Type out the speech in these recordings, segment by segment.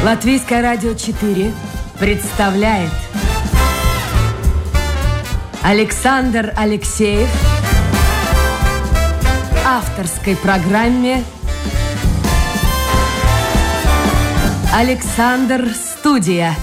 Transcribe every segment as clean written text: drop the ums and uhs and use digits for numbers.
Латвийское радио 4 представляет Александр Алексеев в авторской программе «Александр Студия».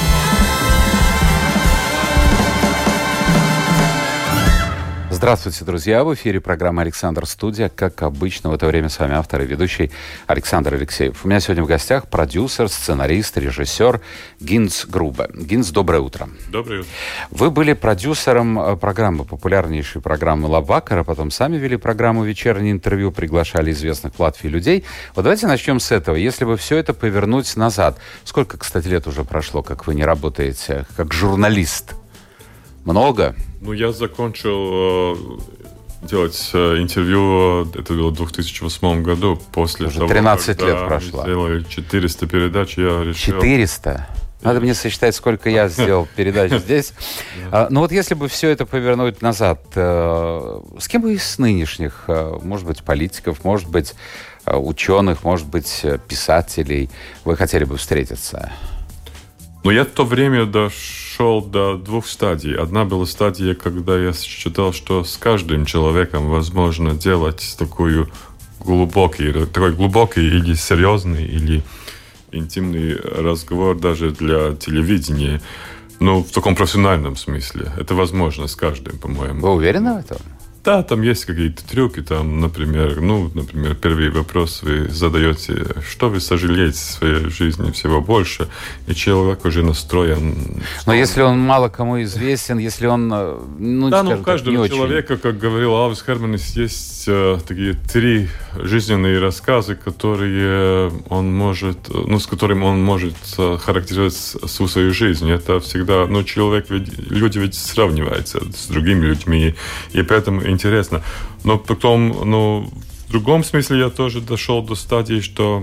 Здравствуйте, друзья! В эфире программа «Александр Студия». Как обычно, в это время с вами автор и ведущий Александр Алексеев. У меня сегодня в гостях продюсер, сценарист, режиссер Гинц Грубе. Гинц, доброе утро. Доброе утро. Вы были продюсером программы, популярнейшей программы «Лабвакар», а потом сами вели программу «Вечернее интервью», приглашали известных в Латвии людей. Вот давайте начнем с этого. Если бы все это повернуть назад, сколько, кстати, лет уже прошло, как вы не работаете как журналист? Много? Ну, я закончил делать интервью, это было в 2008 году, после уже того, 13 лет прошло. Сделали 400 передач, я решил... 400? Надо мне сосчитать, сколько я сделал передач здесь. Ну вот если бы все это повернуть назад, с кем бы из нынешних, может быть, политиков, может быть, ученых, может быть, писателей вы хотели бы встретиться? Но я в то время дошел до двух стадий. Одна была стадия, когда я считал, что с каждым человеком возможно делать такой глубокий или серьезный, или интимный разговор даже для телевидения. Ну, в таком профессиональном смысле. Это возможно с каждым, по-моему. Вы уверены в этом? Да, там есть какие-то трюки, там, например, первый вопрос вы задаете, что вы сожалеете в своей жизни всего больше, и человек уже настроен. Но если он мало кому известен, если он, у каждого человека, как говорил Алвис Херманис, есть такие три жизненные рассказы, которые он может, с которыми он может характеризовать всю свою жизнь. Это всегда, люди ведь сравниваются с другими людьми, и поэтому интересно. Но потом, в другом смысле я тоже дошел до стадии, что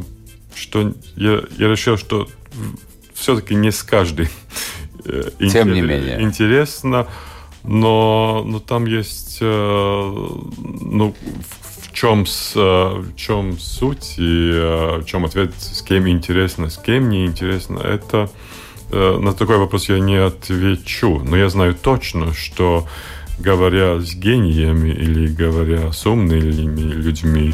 я решил, что все-таки не с каждым тем не менее интересно, но там есть в чем суть и в чем ответ, с кем интересно, с кем не интересно. Это на такой вопрос я не отвечу, но я знаю точно, что говоря с гениями или говоря с умными людьми,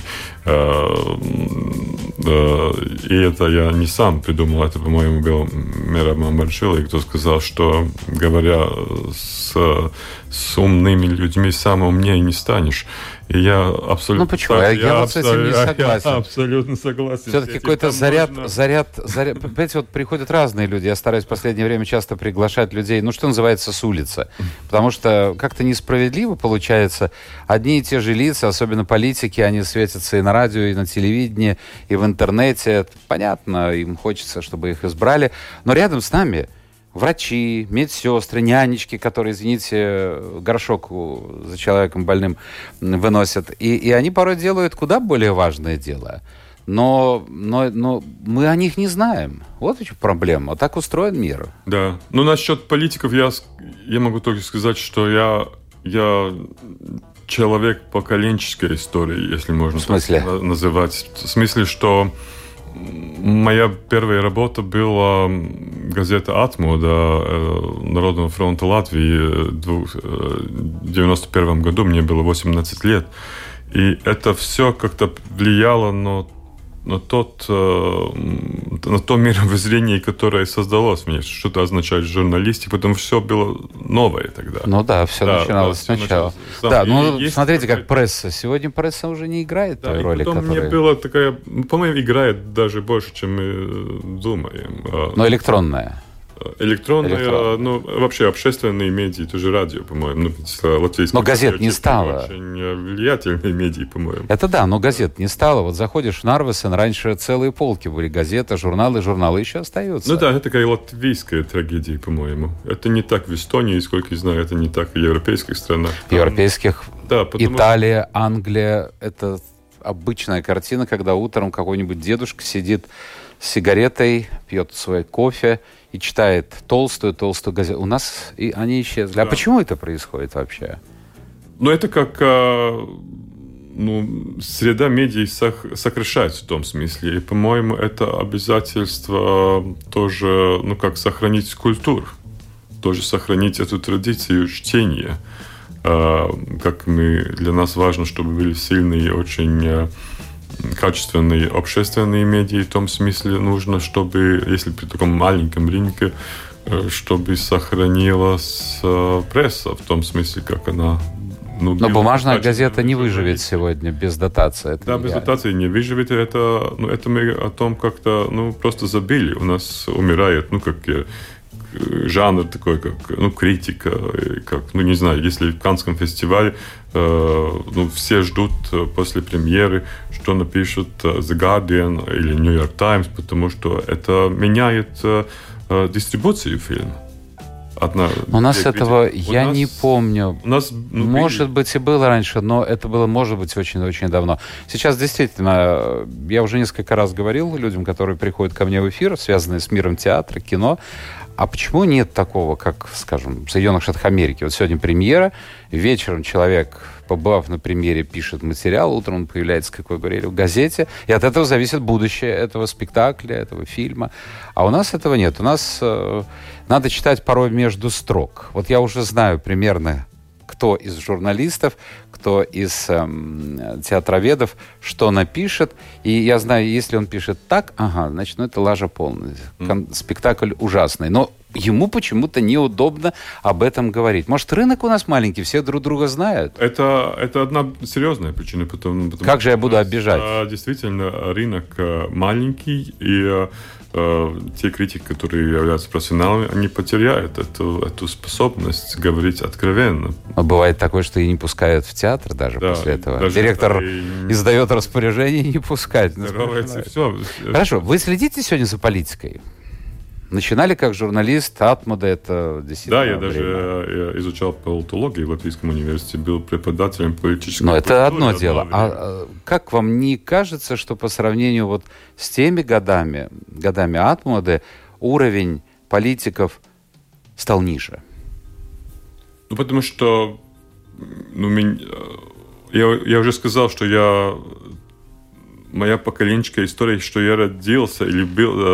и это я не сам придумал, это, по-моему, был Мера Мамаршвили, кто сказал, что говоря с умными людьми, сам умнее не станешь. И я абсолютно... почему? Я с этим не согласен. Я абсолютно согласен. Все-таки какой-то заряд. Понимаете, вот приходят разные люди. Я стараюсь в последнее время часто приглашать людей, что называется, с улицы. Потому что как-то несправедливо получается. Одни и те же лица, особенно политики, они светятся и на радио, и на телевидении, и в интернете. Это понятно, им хочется, чтобы их избрали. Но рядом с нами врачи, медсестры, нянечки, которые, извините, горшок за человеком больным выносят. И они порой делают куда более важное дело. Но мы о них не знаем. Вот в чем проблема. Вот так устроен мир. Да. Насчет политиков я могу только сказать, что я человек поколенческой истории, если можно так называть. В смысле, что моя первая работа была газета «Атмода» Народного фронта Латвии в 1991 году. Мне было 18 лет. И это все как-то влияло на то мировоззрение, которое создалось мне, что-то означает журналистика, потом все было новое тогда. Все начиналось сначала. Смотрите, как пресса. Сегодня пресса уже не играет той роли, которая... мне было такая, по-моему, играет даже больше, чем мы думаем. Но электронная. Электронные, вообще общественные медиа, тоже радио, по-моему. Но газет не стало. Очень влиятельные медиа, по-моему. Это да, но газет не стало. Вот заходишь в Нарвесен, раньше целые полки были газеты, журналы еще остаются. Это такая латвийская трагедия, по-моему. Это не так в Эстонии, сколько я знаю, это не так в европейских странах. В европейских, Италия, Англия, это обычная картина, когда утром какой-нибудь дедушка сидит с сигаретой, пьет свой кофе и читает толстую газету. У нас они исчезли. Да. А почему это происходит вообще? Это как среда медиа сокращается в том смысле. И, по-моему, это обязательство тоже, сохранить культуру, тоже сохранить эту традицию чтения. Как для нас важно, чтобы были сильные, очень качественные общественные медиа. В том смысле нужно, чтобы, если при таком маленьком рынке, чтобы сохранилась пресса, в том смысле, как она... Но бумажная газета не выживет сегодня без дотации. Без дотации не выживет. Это мы о том как-то просто забыли. У нас умирает, жанр такой, как критика, не знаю, если в Каннском фестивале все ждут после премьеры, что напишут The Guardian или New York Times, потому что это меняет дистрибуцию фильма. У нас этого не помню. Может быть, и было раньше, но это было, может быть, очень-очень давно. Сейчас действительно, я уже несколько раз говорил людям, которые приходят ко мне в эфир, связанные с миром театра, кино, а почему нет такого, как, скажем, в Соединенных Штатах Америки? Вот сегодня премьера, вечером человек, побывав на премьере, пишет материал, утром он появляется, как вы говорили, в газете, и от этого зависит будущее этого спектакля, этого фильма. А у нас этого нет. У нас надо читать порой между строк. Вот я уже знаю примерно, кто из журналистов, кто из театроведов, что напишет. И я знаю, если он пишет так, значит, это лажа полная. Спектакль ужасный. Но ему почему-то неудобно об этом говорить. Может, рынок у нас маленький, все друг друга знают? Это одна серьезная причина. Потому как же я буду обижать? Действительно, рынок маленький, и те критики, которые являются профессионалами, они потеряют эту способность говорить откровенно. А бывает такое, что и не пускают в театр даже после этого. Даже директор издает распоряжение не пускать. Все. Хорошо. Вы следите сегодня за политикой? Начинали как журналист Атмода, это действительно... Да, я даже изучал политологию в Латвийском университете, был преподавателем политической культуры. Но это одно дело. А как вам не кажется, что по сравнению вот с теми годами Атмоды, уровень политиков стал ниже? Потому что я уже сказал, что моя поколенческая история, что я родился или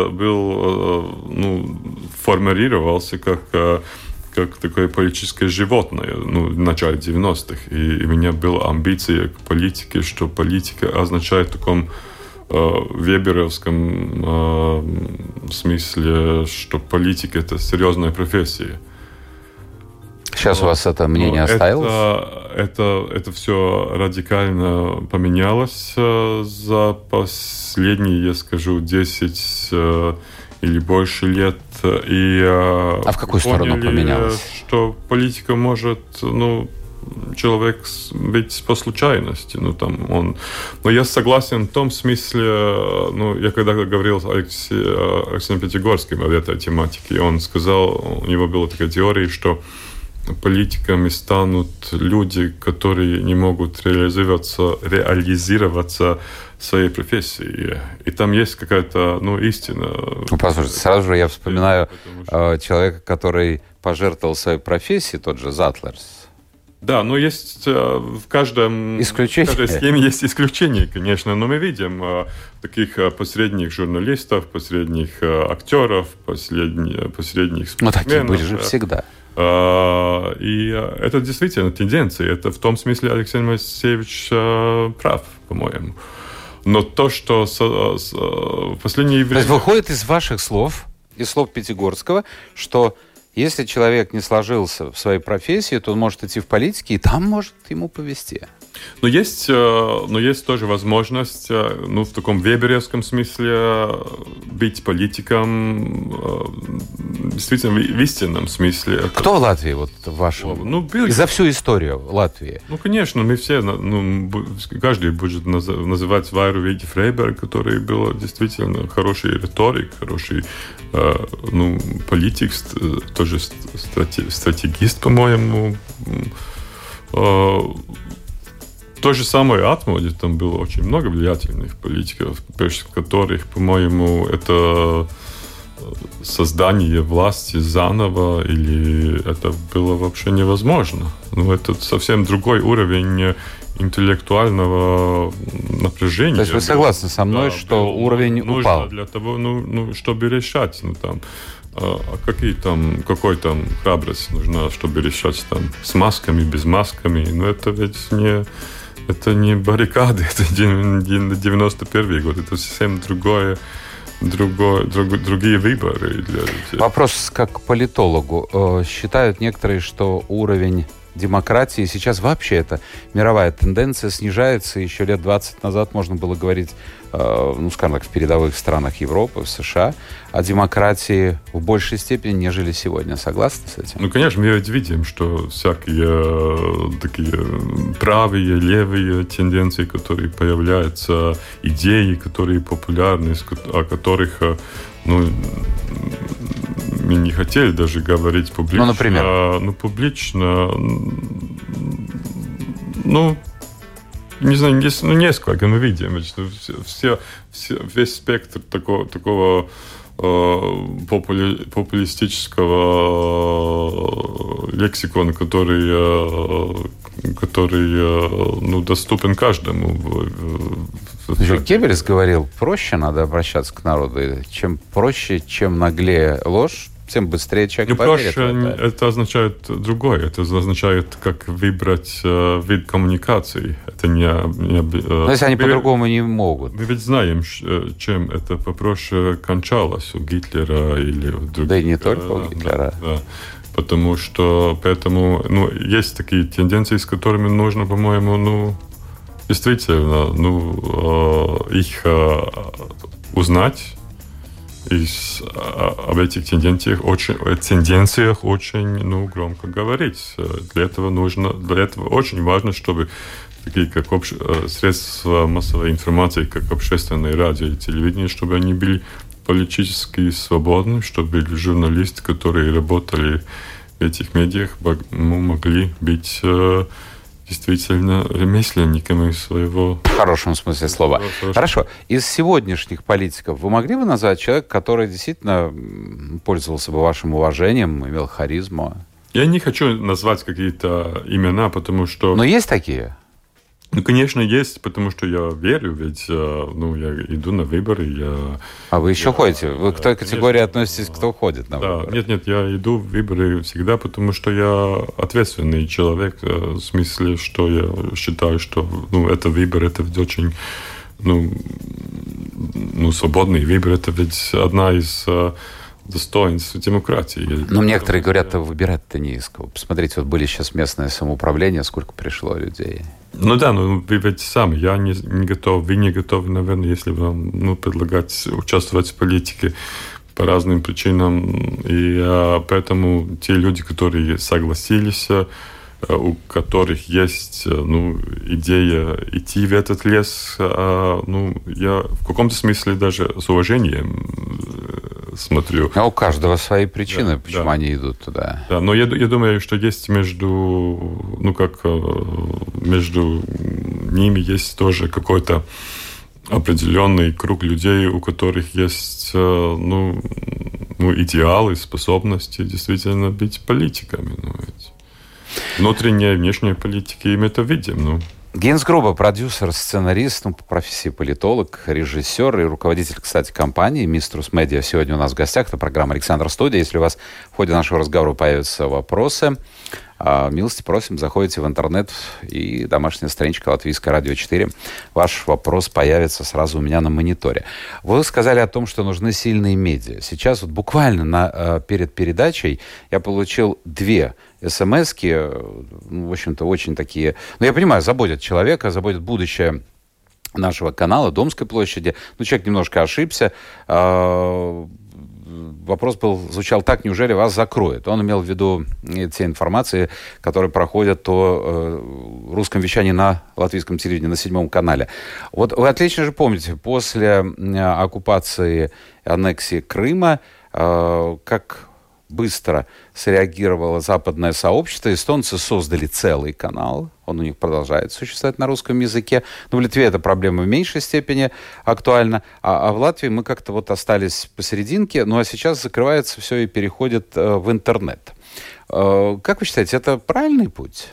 формировался как такое политическое животное в начале 90-х. И у меня была амбиция к политике, что политика означает в таком веберовском смысле, что политика – это серьезная профессия. Сейчас у вас это мнение осталось? Это все радикально поменялось за последние, я скажу, 10 или больше лет. А в какую сторону поменялось? Что политика может, человек быть по случайности. Но я согласен в том смысле, я когда говорил с Алексеем Пятигорским об этой тематике, он сказал, у него была такая теория, что политиками станут люди, которые не могут реализироваться в своей профессии. И там есть какая-то истина. Послушайте, сразу же я вспоминаю человека, который пожертвовал своей профессией, тот же Затлерс. Да, но есть в каждой схеме есть исключения, конечно, но мы видим таких посредних журналистов, посредних актеров, посредних спортсменов. Такие были же всегда. И это действительно тенденция. Это в том смысле Алексей Моисеевич прав, по-моему. Но то, что в последнее время... То есть выходит из ваших слов, из слов Пятигорского, что если человек не сложился в своей профессии, то он может идти в политику, и там может ему повезти. Но есть тоже возможность, в таком веберовском смысле, быть политиком, действительно, в истинном смысле. Кто в Латвии, вот в вашем? За всю историю Латвии? Конечно, мы все, каждый будет называть Вайру Вейти Фрейберг, который был действительно хороший риторик, хороший политик, тоже стратегист, по-моему. То же самое Атмоде, там было очень много влиятельных политиков, которых, по-моему, это создание власти заново, или это было вообще невозможно. Ну, это совсем другой уровень интеллектуального напряжения. То есть вы согласны со мной, что уровень упал? Для того, чтобы решать, какой там храбрость нужна, чтобы решать там с масками, без масками. Но это ведь не баррикады, это 91 год, это совсем другие выборы для людей. Вопрос как к политологу. Считают некоторые, что уровень демократии сейчас вообще это мировая тенденция снижается. Еще лет 20 назад можно было говорить, скажем так, в передовых странах Европы, в США, о демократии в большей степени, нежели сегодня. Согласны с этим? Конечно, мы ведь видим, что всякие такие правые, левые тенденции, которые появляются, идеи, которые популярны, о которых мы не хотели даже говорить публично. Например? Публично... не знаю, несколько мы видим. Весь спектр такого популистического лексикона, который доступен каждому. Геббельс говорил, проще надо обращаться к народу. Чем проще, чем наглее ложь, тем быстрее человек поверит. Проще это означает другое. Это означает, как выбрать вид коммуникации. Это но если они по-другому не могут. Мы ведь знаем, чем это попроще кончалось у Гитлера или у других. Да и не только у Гитлера. Да. Поэтому есть такие тенденции, с которыми нужно, по-моему, действительно, их узнать. И об этих тенденциях очень громко говорить. Для этого очень важно, чтобы такие как средства массовой информации, как общественное радио и телевидение, чтобы они были политически свободны, чтобы журналисты, которые работали в этих медиах, могли быть действительно ремесленниками своего... В хорошем смысле слова. Хорошо. Из сегодняшних политиков вы могли бы назвать человека, который действительно пользовался бы вашим уважением, имел харизму? Я не хочу назвать какие-то имена, потому что... Но есть такие? Конечно, есть, потому что я верю, ведь я иду на выборы. А вы еще ходите? Вы к той категории относитесь, кто ходит на выборы? Нет, я иду в выборы всегда, потому что я ответственный человек, в смысле, что я считаю, что это выбор, это ведь очень свободный выбор, это ведь одна из достоинств демократии. Но некоторые говорят, выбирать-то не из кого. Посмотрите, были сейчас местное самоуправление, сколько пришло людей. Вы ведь сами, я не готов, вы не готовы, наверное, если вам предлагать участвовать в политике по разным причинам. И поэтому те люди, которые согласились, у которых есть идея идти в этот лес, я в каком-то смысле даже с уважением смотрю. А у каждого свои причины, почему они идут туда. Да, но я думаю, что есть между ними есть тоже какой-то определенный круг людей, у которых есть идеалы, способности действительно быть политиками. Внутренняя и внешняя политики, и мы это видим. Гинс Груба, продюсер, сценарист, по профессии политолог, режиссер и руководитель, кстати, компании «Миструс Медиа». Сегодня у нас в гостях. Это программа «Александр Студия». Если у вас в ходе нашего разговора появятся вопросы, милости просим, заходите в интернет и домашняя страничка Латвийское радио 4. Ваш вопрос появится сразу у меня на мониторе. Вы сказали о том, что нужны сильные медиа. Сейчас буквально перед передачей я получил 2 СМС-ки, в общем-то, очень такие... я понимаю, заботят человека, заботят будущее нашего канала, Домской площади. Человек немножко ошибся. Вопрос звучал так: неужели вас закроют? Он имел в виду те информации, которые проходят о русском вещании на латвийском телевидении, на 7 канале. Вы отлично же помните, после оккупации, аннексии Крыма, как быстро среагировало западное сообщество. Эстонцы создали целый канал. Он у них продолжает существовать на русском языке. Но в Литве эта проблема в меньшей степени актуальна. А в Латвии мы как-то вот остались посерединке. Ну а сейчас закрывается все и переходит в интернет. Как вы считаете, это правильный путь?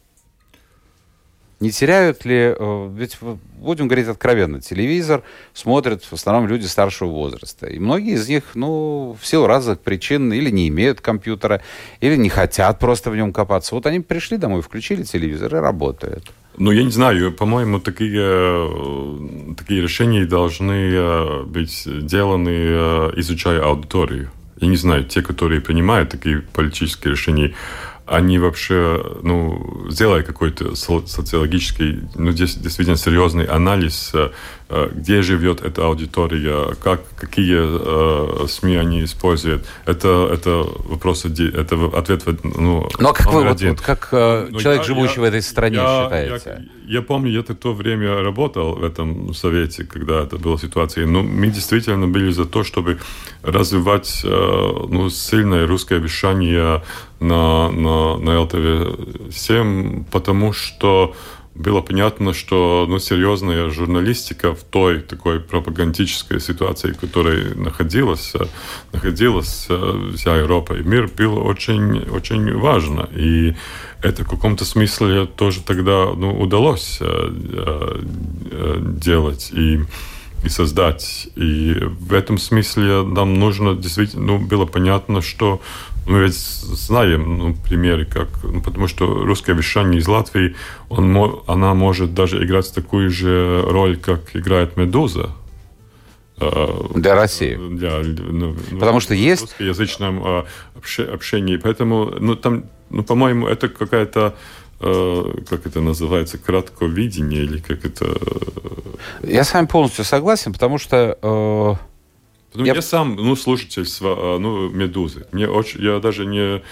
Не теряют ли... Ведь, будем говорить откровенно, телевизор смотрят в основном люди старшего возраста. И многие из них, в силу разных причин, или не имеют компьютера, или не хотят просто в нем копаться. Вот они пришли домой, включили телевизор и работают. Я не знаю. По-моему, такие решения должны быть сделаны, изучая аудиторию. Я не знаю, те, которые принимают такие политические решения, они вообще, сделали какой-то социологический, здесь действительно серьезный анализ, где живет эта аудитория, какие СМИ они используют. Это вопрос, это ответ, а как вы, как человек, живущий в этой стране, считаете? Я помню, я в то время работал в этом совете, когда это была ситуация. Мы действительно были за то, чтобы развивать сильное русское вещание на ЛТВ-7, потому что было понятно, что серьезная журналистика в той такой пропагандистской ситуации, в которой находилась вся Европа и мир, было очень, очень важно. И это в каком-то смысле тоже тогда удалось делать и создать. И в этом смысле нам нужно действительно, было понятно, что мы ведь знаем примеры, потому что русское вещание из Латвии, она может даже играть такую же роль, как играет «Медуза». Для России. Потому что есть... В русскоязычном общении. Поэтому, по-моему, это какая-то, как это называется, кратковидение, или как это... Я с вами полностью согласен, потому что... Я сам, слушатель «Медузы». Я даже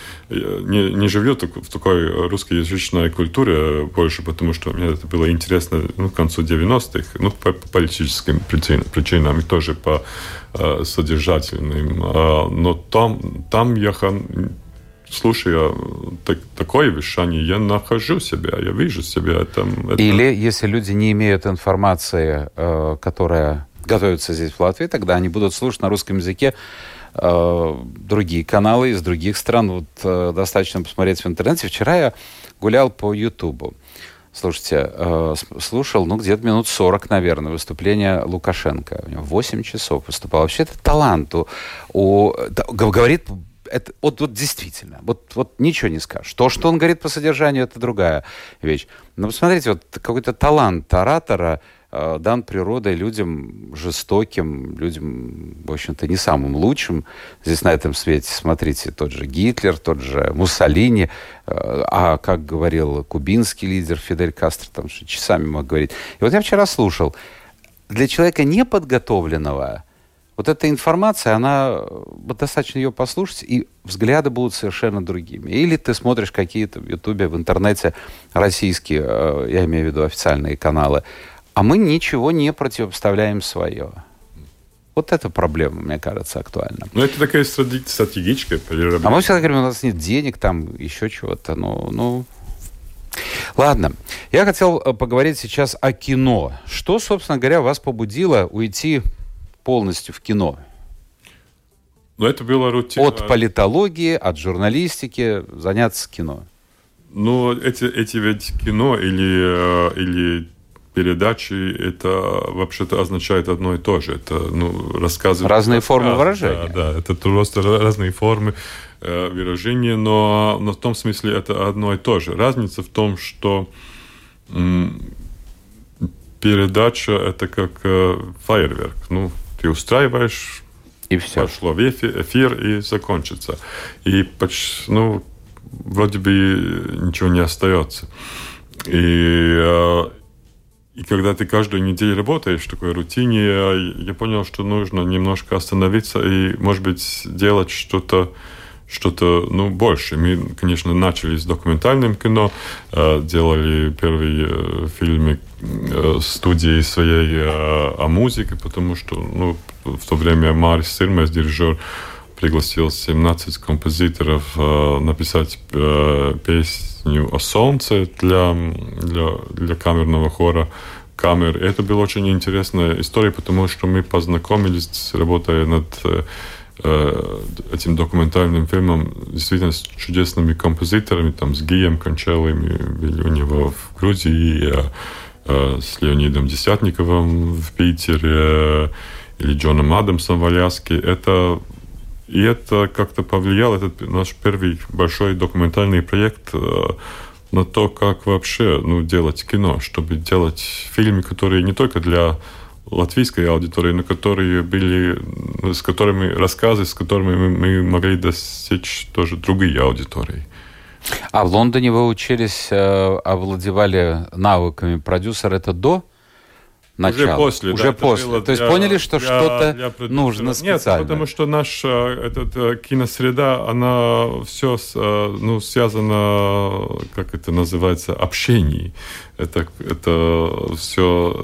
не живу в такой русскоязычной культуре больше, потому что мне это было интересно к концу 90-х, по политическим причинам и тоже по содержательным. Но там я, слушая такое вещание, я нахожу себя, я вижу себя. Или если люди не имеют информации, которая... готовятся здесь, в Латвии, тогда они будут слушать на русском языке другие каналы из других стран. Достаточно посмотреть в интернете. Вчера я гулял по Ютубу. Слушайте, слушал, где-то минут 40, наверное, выступление Лукашенко. У него 8 часов выступал. Вообще, это талант. Говорит... Это, действительно, ничего не скажешь. То, что он говорит по содержанию, это другая вещь. Но посмотрите, какой-то талант оратора дан природой людям жестоким, людям, в общем-то, не самым лучшим здесь на этом свете. Смотрите, тот же Гитлер, тот же Муссолини, как говорил кубинский лидер Фидель Кастро, там часами мог говорить. И я вчера слушал. Для человека неподготовленного эта информация, она достаточно ее послушать, и взгляды будут совершенно другими. Или ты смотришь какие-то в Ютубе, в интернете российские, я имею в виду официальные каналы, а мы ничего не противопоставляем свое. Это проблема, мне кажется, актуальна. Это такая стратегическая переработка. А мы всегда говорим, у нас нет денег, там еще чего-то. Ладно. Я хотел поговорить сейчас о кино. Что, собственно говоря, вас побудило уйти полностью в кино? Это была рутина. От политологии, от журналистики, заняться кино. Эти ведь кино или передачи, это вообще-то означает одно и то же. Это рассказывать... Разные формы выражения. Да, это просто разные формы выражения, но в том смысле это одно и то же. Разница в том, что передача это как фейерверк. Ты устраиваешь, и все. Пошло в эфир и закончится. И вроде бы ничего не остается. И когда ты каждую неделю работаешь в такой рутине, я понял, что нужно немножко остановиться и, может быть, делать что-то больше. Мы, конечно, начали с документальным кино, делали первые фильмы студии своей о музыке, потому что в то время Марис Сирмес, дирижер, пригласил 17 композиторов написать песню о солнце для камерного хора камер. Это была очень интересная история, потому что мы познакомились, работая над этим документальным фильмом, действительно с чудесными композиторами, там, с Гием Кончеллой, были у него в Грузии, с Леонидом Десятниковым в Питере, или Джоном Адамсом в Аляске. Это как-то повлияло, этот наш первый большой документальный проект, на то, как вообще делать кино, чтобы делать фильмы, которые не только для латвийской аудитории, но которые были, рассказы, с которыми мы могли достичь тоже другие аудитории. А в Лондоне вы учились, овладевали навыками продюсера, это до начала? Уже после. То есть поняли, что что-то нужно специально? Нет, потому что наша киносреда, она все связана, как это называется, общением. Это все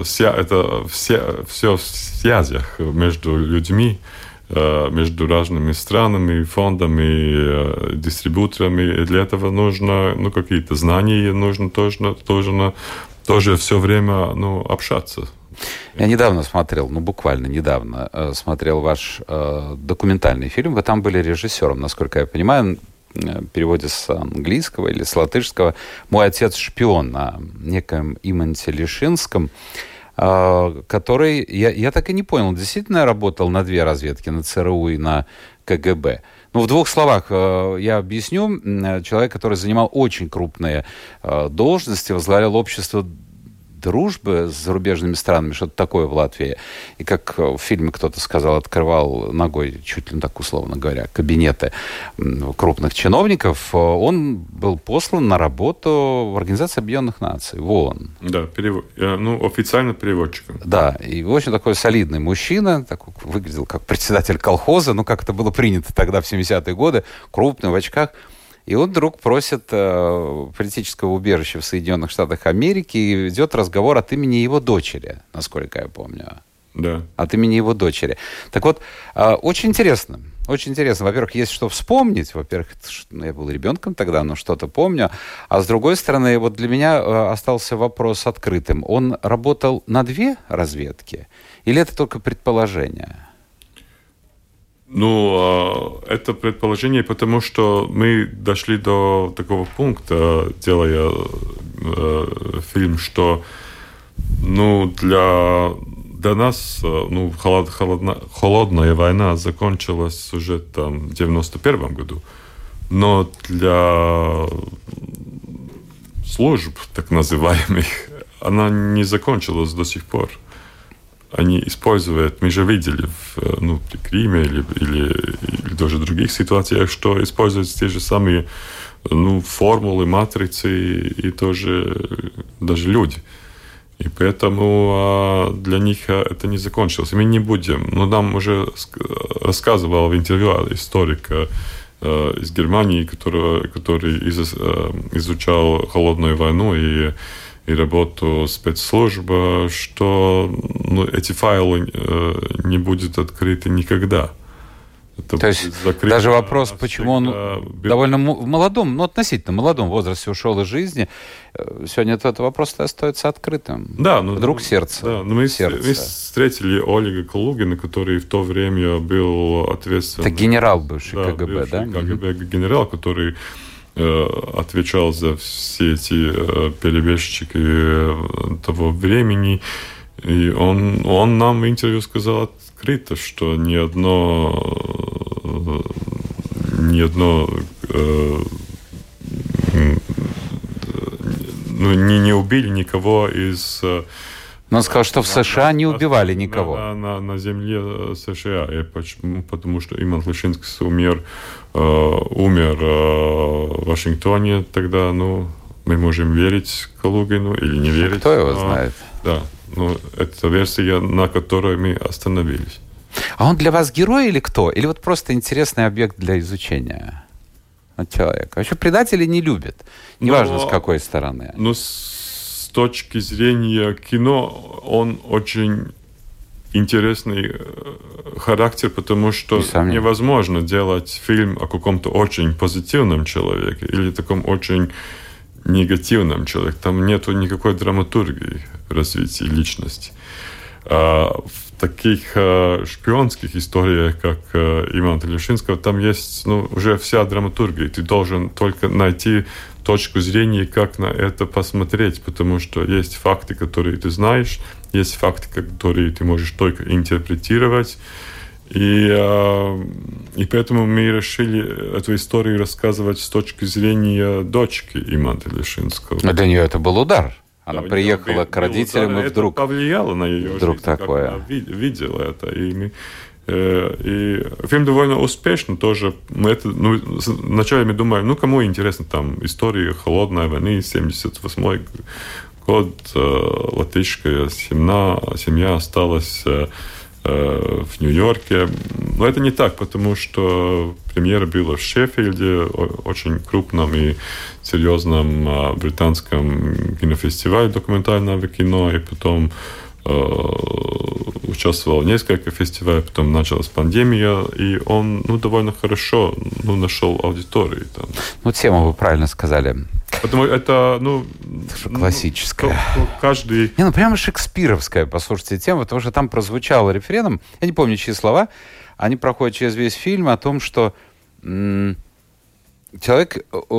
в связях между людьми, между разными странами, фондами, дистрибьюторами. И для этого нужно какие-то знания, нужно тоже все время общаться. Я недавно смотрел, буквально недавно, смотрел ваш документальный фильм. Вы там были режиссером, насколько я понимаю, в переводе с английского или с латышского «Мой отец шпион» на некоем Иманте Лишинском, который, я так и не понял, действительно работал на две разведки, на ЦРУ и на КГБ. В двух словах я объясню. Человек, который занимал очень крупные должности, возглавлял общество дружбы с зарубежными странами, что-то такое в Латвии. И как в фильме кто-то сказал, открывал ногой, чуть ли так условно говоря, кабинеты крупных чиновников. Он был послан на работу в Организацию Объединенных Наций, в ООН. Да, официально переводчиком. Да, и очень такой солидный мужчина, такой, выглядел как председатель колхоза, как это было принято тогда в 70-е годы, крупный, в очках. И он вдруг просит политического убежища в Соединенных Штатах Америки, и идет разговор от имени его дочери, насколько я помню. Да. От имени его дочери. Так вот, очень интересно. Очень интересно. Во-первых, есть что вспомнить. Во-первых, я был ребенком тогда, но что-то помню. А с другой стороны, вот для меня остался вопрос открытым. Он работал на две разведки? Или это только предположение? Это предположение, потому что мы дошли до такого пункта, делая фильм, что для нас холодная война закончилась уже там в 91 году, но для служб, так называемых, она не закончилась до сих пор. Они используют, мы же видели при Криме или даже в других ситуациях, что используют те же самые формулы, матрицы и тоже даже люди. И поэтому для них это не закончилось. И мы не будем. Нам уже рассказывал в интервью историк из Германии, который изучал холодную войну и работу спецслужб, что эти файлы не будут открыты никогда. То есть даже вопрос, почему он довольно в молодом, относительно молодом возрасте ушел из жизни, сегодня этот вопрос остается открытым. Да, вдруг сердце. Да, мы встретили Олега Калугина, который в то время был ответственным. Это генерал бывший КГБ, да? КГБ генерал, который отвечал за все эти перебежчики того времени. И он нам в интервью сказал открыто, что ни одно не убили никого из... Но он сказал, что в США не убивали никого. На земле США. Почему? Потому что Имант Лишинский умер в Вашингтоне. Тогда, мы можем верить Калугину или не верить. Кто его знает? Да. Это версия, на которой мы остановились. А он для вас герой или кто? Или вот просто интересный объект для изучения человека? Вообще предатели не любят. Неважно, с какой стороны. С точки зрения кино, он очень интересный характер, потому что невозможно делать фильм о каком-то очень позитивном человеке или таком очень негативном человеке. Там нету никакой драматургии развития личности. В таких шпионских историях, как Ивана Талишинского, там есть уже вся драматургия. Ты должен только найти точку зрения, как на это посмотреть, потому что есть факты, которые ты знаешь, есть факты, которые ты можешь только интерпретировать. И поэтому мы решили эту историю рассказывать с точки зрения дочки Ивана Талишинского. Но для нее это был удар. Она приехала к родителям, и вдруг... Это повлияло на ее вдруг жизнь, такое. Как она видела это. И фильм довольно успешный тоже. Вначале мы думаем, кому интересно там история холодной войны, 78 год, латышская семья осталась в Нью-Йорке. Но это не так, потому что премьера была в Шеффилде, очень крупном и серьезном британском кинофестивале документального кино, и потом участвовал в нескольких фестивалях, потом началась пандемия, и он довольно хорошо нашел аудиторию там. Тему вы правильно сказали. Потому это, классическая. Каждый... прямо шекспировская, послушайте, тема, потому что там прозвучал рефреном, я не помню, чьи слова, они проходят через весь фильм о том, что человек,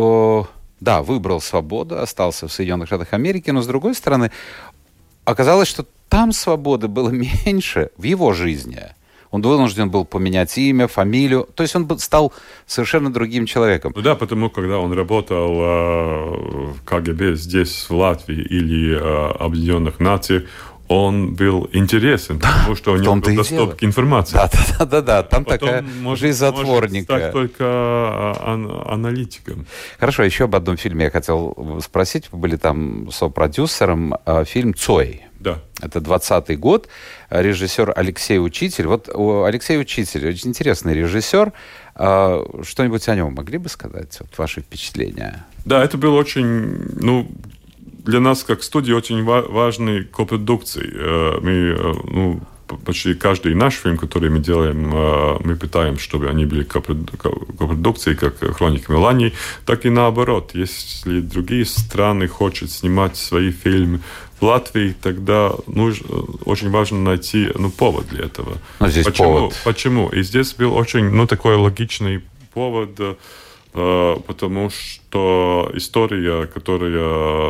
выбрал свободу, остался в Соединенных Штатах Америки, но, с другой стороны, оказалось, что там свободы было меньше в его жизни. Он вынужден был поменять имя, фамилию. То есть он стал совершенно другим человеком. Потому когда он работал в КГБ здесь, в Латвии или Объединенных Нациях, он был интересен, потому что у него был доступ к информации. Да. Там такая жизнь затворника. Может стать только аналитиком. Хорошо, еще об одном фильме я хотел спросить. Вы были там сопродюсером. Фильм «Цой». Да. Это 20-й год. Режиссер Алексей Учитель. Алексей Учитель, очень интересный режиссер. Что-нибудь о нем могли бы сказать? Ваши впечатления? Да, это был очень... для нас, как студии, очень важной копродукцией. Мы, почти каждый наш фильм, который мы делаем, мы пытаемся, чтобы они были копродукцией, как «Хроники Мелании», так и наоборот. Если другие страны хотят снимать свои фильмы в Латвии, тогда очень важно найти повод для этого. Здесь повод. Почему? И здесь был очень такой логичный повод, потому что история, которая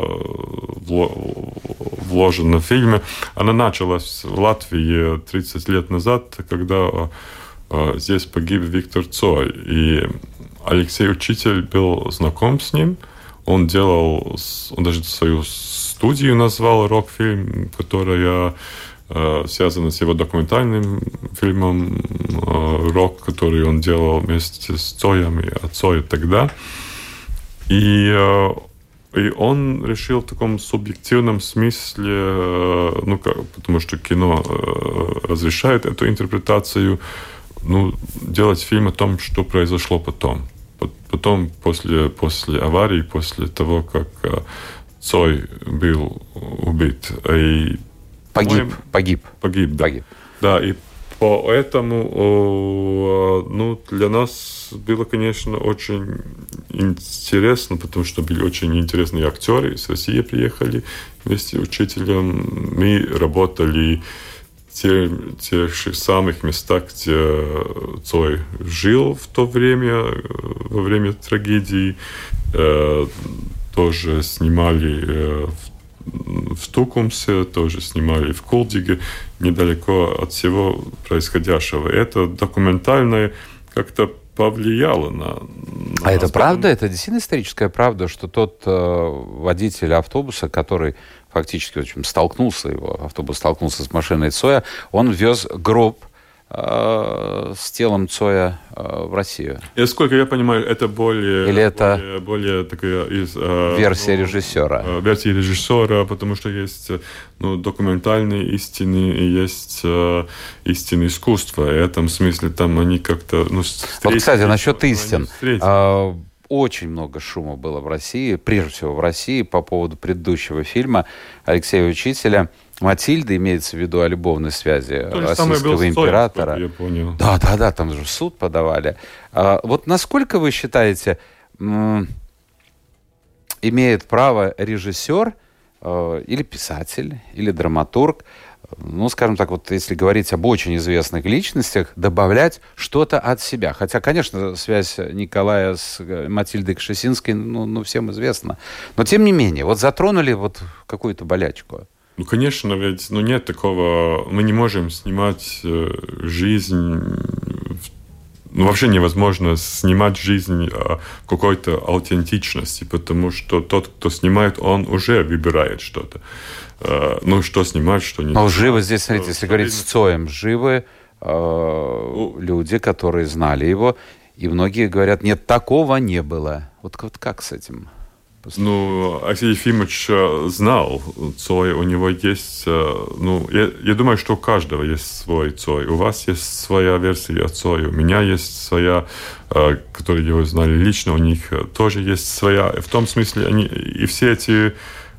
вложена в фильме, она началась в Латвии 30 лет назад, когда здесь погиб Виктор Цой. И Алексей Учитель был знаком с ним. Он даже свою студию назвал «Рок-фильм», которая связана с его документальным фильмом «Рок», который он делал вместе с Цоем и от Цоя тогда. И он решил в таком субъективном смысле, потому что кино разрешает эту интерпретацию, делать фильм о том, что произошло потом. Потом, после аварии, после того, как Цой был убит. И Погиб. Да, и поэтому для нас было, конечно, очень интересно, потому что были очень интересные актеры. Из России приехали вместе с Учителем. Мы работали в тех же самых местах, где Цой жил в то время, во время трагедии. Тоже снимали в Тукумсе, тоже снимали в Кулдиге, недалеко от всего происходящего. Это документальное как-то повлияло на это правда? Это действительно историческая правда, что тот водитель автобуса, который фактически автобус столкнулся с машиной Цоя, он вез гроб с телом Цоя в Россию. И, сколько я понимаю, это более такая версия режиссера. Версия режиссера, потому что есть документальные истины и есть истины искусства. И в этом смысле там они как-то кстати, насчет истин. Очень много шума было в России, прежде всего в России, по поводу предыдущего фильма Алексея Учителя Матильда, имеется в виду о любовной связи российского императора. Я понял. Да, там же в суд подавали. Вот насколько вы считаете, имеет право режиссер или писатель, или драматург, ну, скажем так, вот если говорить об очень известных личностях, добавлять что-то от себя? Хотя, конечно, связь Николая с Матильдой Кшесинской, ну, всем известна. Но, тем не менее, вот затронули вот какую-то болячку. Ну, конечно, ведь нет такого... Мы не можем снимать жизнь... вообще невозможно снимать жизнь какой-то аутентичности, потому что тот, кто снимает, он уже выбирает что-то. Что снимать, что не. Но живы здесь, смотрите, если говорить с Цоем, живы люди, которые знали его, и многие говорят, нет, такого не было. Вот как с этим? Алексей Ефимович знал Цоя, у него есть... я думаю, что у каждого есть свой Цой. У вас есть своя версия о Цое, у меня есть своя, которые его знали лично, у них тоже есть своя. В том смысле, они и все эти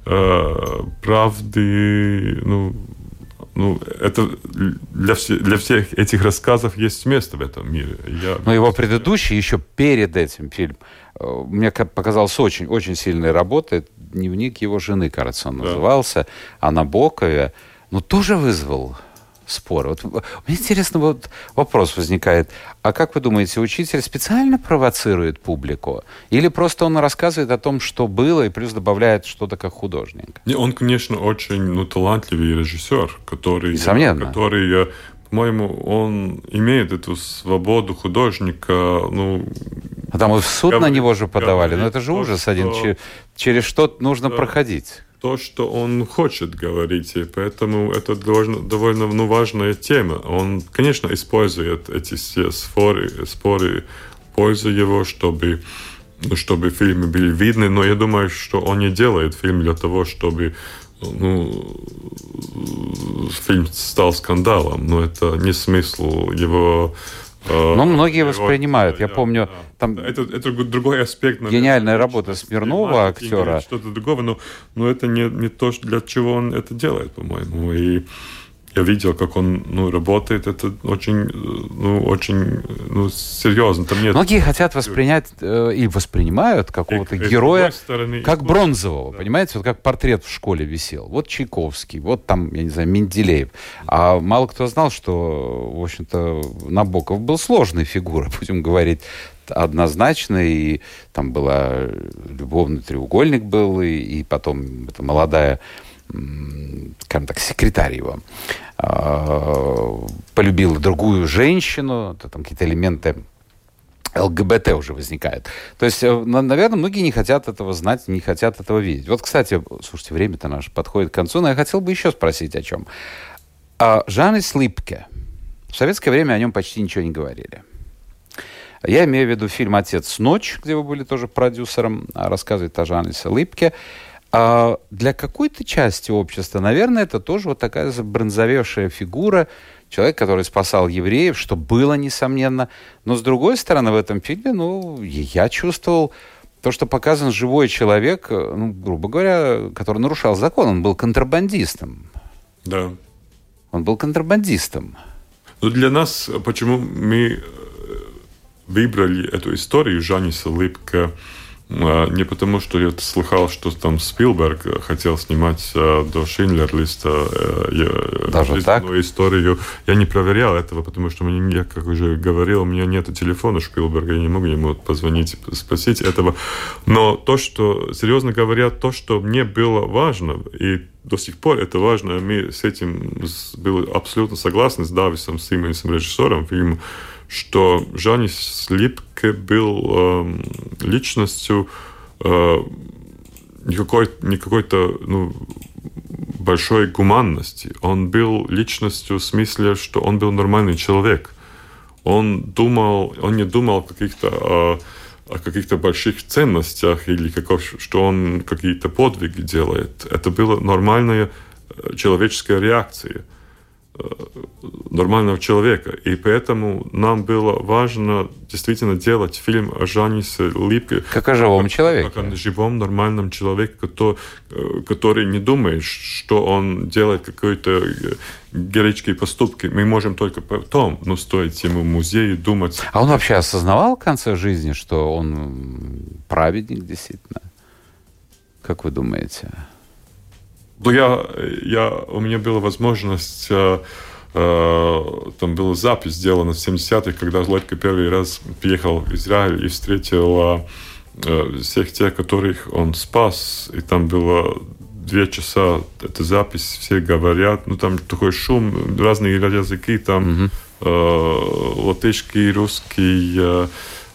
правды, это для всех этих рассказов есть место в этом мире. Но его предыдущий, еще перед этим фильм, мне показался очень, очень сильной работой. Дневник его жены, кажется, он назывался, о Набокове, тоже вызвал споры. Вот, мне интересно, вот вопрос возникает. А как вы думаете, учитель специально провоцирует публику? Или просто он рассказывает о том, что было, и плюс добавляет что-то как художник? Он, конечно, очень талантливый режиссер, который, по-моему, он имеет эту свободу художника. А там и в суд на него же подавали. Но это же ужас один. Через что нужно проходить. То, что он хочет говорить, и поэтому это довольно важная тема. Он, конечно, использует эти все споры, пользуя его, чтобы фильмы были видны, но я думаю, что он не делает фильм для того, чтобы фильм стал скандалом, но это не смысл его... многие воспринимают. Я помню, там это другой аспект. Гениальная работа Смирнова, актера. Что-то другого, но это не то, для чего он это делает, по-моему. И я видел, как он работает. Это очень серьезно. Там нет... Многие хотят воспринять и воспринимают какого-то героя как бронзового. Понимаете, вот как портрет в школе висел. Вот Чайковский, вот там, я не знаю, Менделеев. А мало кто знал, что, в общем-то, Набоков был сложной фигурой, будем говорить однозначно. И там была любовный треугольник был, и потом эта молодая, скажем так, секретарь его полюбила другую женщину, то там какие-то элементы ЛГБТ уже возникают. То есть, наверное, многие не хотят этого знать, не хотят этого видеть. Вот, кстати, слушайте, время-то наше подходит к концу, но я хотел бы еще спросить о чем. Жанис Липке. В советское время о нем почти ничего не говорили. Я имею в виду фильм «Отец. Ночь», где вы были тоже продюсером, рассказывает о Жанисе Липке. А для какой-то части общества, наверное, это тоже вот такая забронзовевшая фигура, человек, который спасал евреев, что было, несомненно. Но, с другой стороны, в этом фильме, я чувствовал то, что показан живой человек, грубо говоря, который нарушал закон. Он был контрабандистом. Да. Он был контрабандистом. Для нас, почему мы выбрали эту историю Жаниса Липке, не потому, что я слыхал, что там Спилберг хотел снимать до Шиндлер-листа историю. Я не проверял этого, потому что я, как уже говорил, у меня нет телефона Спилберга, я не могу ему позвонить и спросить этого. Но то, что, серьезно говоря, то, что мне было важно, и до сих пор это важно, мы с этим были абсолютно согласны с Дависом Симонсом, режиссером фильма, что Жанис Липке был личностью не какой-то большой гуманности. Он был личностью в смысле, что он был нормальный человек. Он не думал о каких-то больших ценностях или что он какие-то подвиги делает. Это была нормальная человеческая реакция. нормального человека. И поэтому нам было важно действительно делать фильм о Жанисе Липке. Как о живом человеке. Как о живом, нормальном человеке, который не думает, что он делает какие-то героические поступки. Мы можем только потом, стоит ему в музее думать. А он вообще осознавал в конце жизни, что он праведник действительно? Как вы думаете? У меня была возможность, там была запись сделана в 70-х, когда Липке первый раз приехал в Израиль и встретил всех тех, которых он спас, и там было 2 часа, эта запись, все говорят, там такой шум, разные языки, там латышский, русский,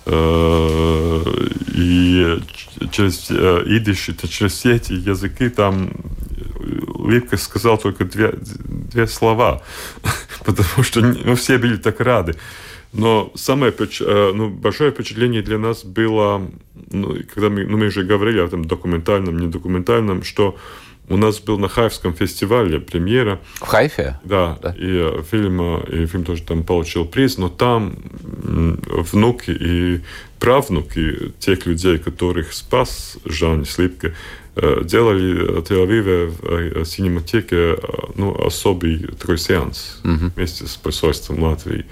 и через идиш, через все эти языки там Липке сказал только 2 слова, потому что все были так рады. Но самое большое впечатление для нас было, когда мы уже говорили о этом документальном, недокументальном, что у нас был на Хайфском фестивале премьера. В Хайфе? Да. И фильм тоже там получил приз, но там внуки и правнуки тех людей, которых спас Жанис Липке, делали в Тель-Авиве в синематеке особый такой сеанс вместе с посольством Латвии.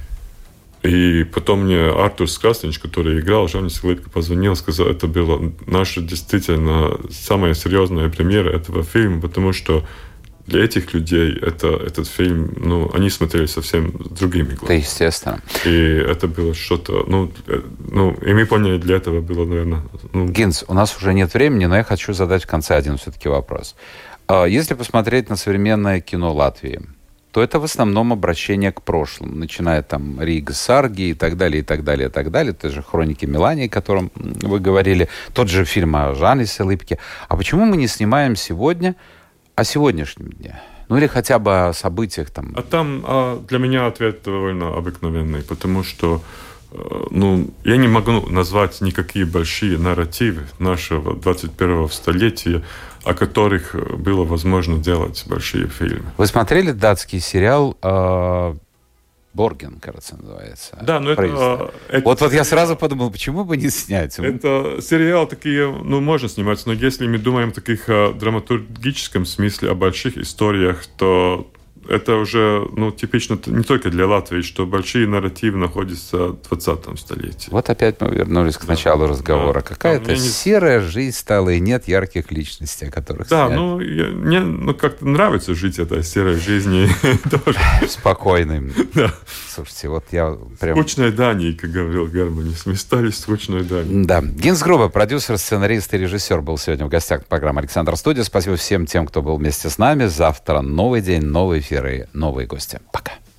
И потом мне Артур Скрастинч, который играл Жанис Липке, позвонил, сказал, это была наша действительно самая серьезная премьера этого фильма, потому что для этих людей этот фильм, они смотрели совсем другими глазами. Да, естественно. И это было что-то, и мы поняли, для этого было, наверное... Гинс, у нас уже нет времени, но я хочу задать в конце один все-таки вопрос. Если посмотреть на современное кино Латвии, то это в основном обращение к прошлому, начиная там Рига Сарги и так далее, и так далее, и так далее. Это же «Хроники Мелании», о котором вы говорили, тот же фильм о Жанисе Липке. А почему мы не снимаем сегодня о сегодняшнем дне? Или хотя бы о событиях там. Для меня ответ довольно обыкновенный, потому что я не могу назвать никакие большие нарративы нашего 21-го столетия, о которых было возможно делать большие фильмы. Вы смотрели датский сериал «Борген», кажется, называется? Да, но это вот я сразу подумал, почему бы не снять? Это сериал такие, можно снимать, но если мы думаем в таких драматургическом смысле о больших историях, то это уже типично не только для Латвии, что большие нарративы находятся в 20-м столетии. Вот опять мы вернулись к началу разговора. Какая-то серая жизнь стала, и нет ярких личностей, о которых снять. Мне как-то нравится жить этой серой жизнью. Спокойным. Да. Слушайте, вот я прям... Скучной Данией, как говорил Германис. Мы стали скучной Данией. Да. Гинс Грубе, продюсер, сценарист и режиссер, был сегодня в гостях программы «Александр Студия». Спасибо всем тем, кто был вместе с нами. Завтра новый день, новый эфир и новые гости. Пока.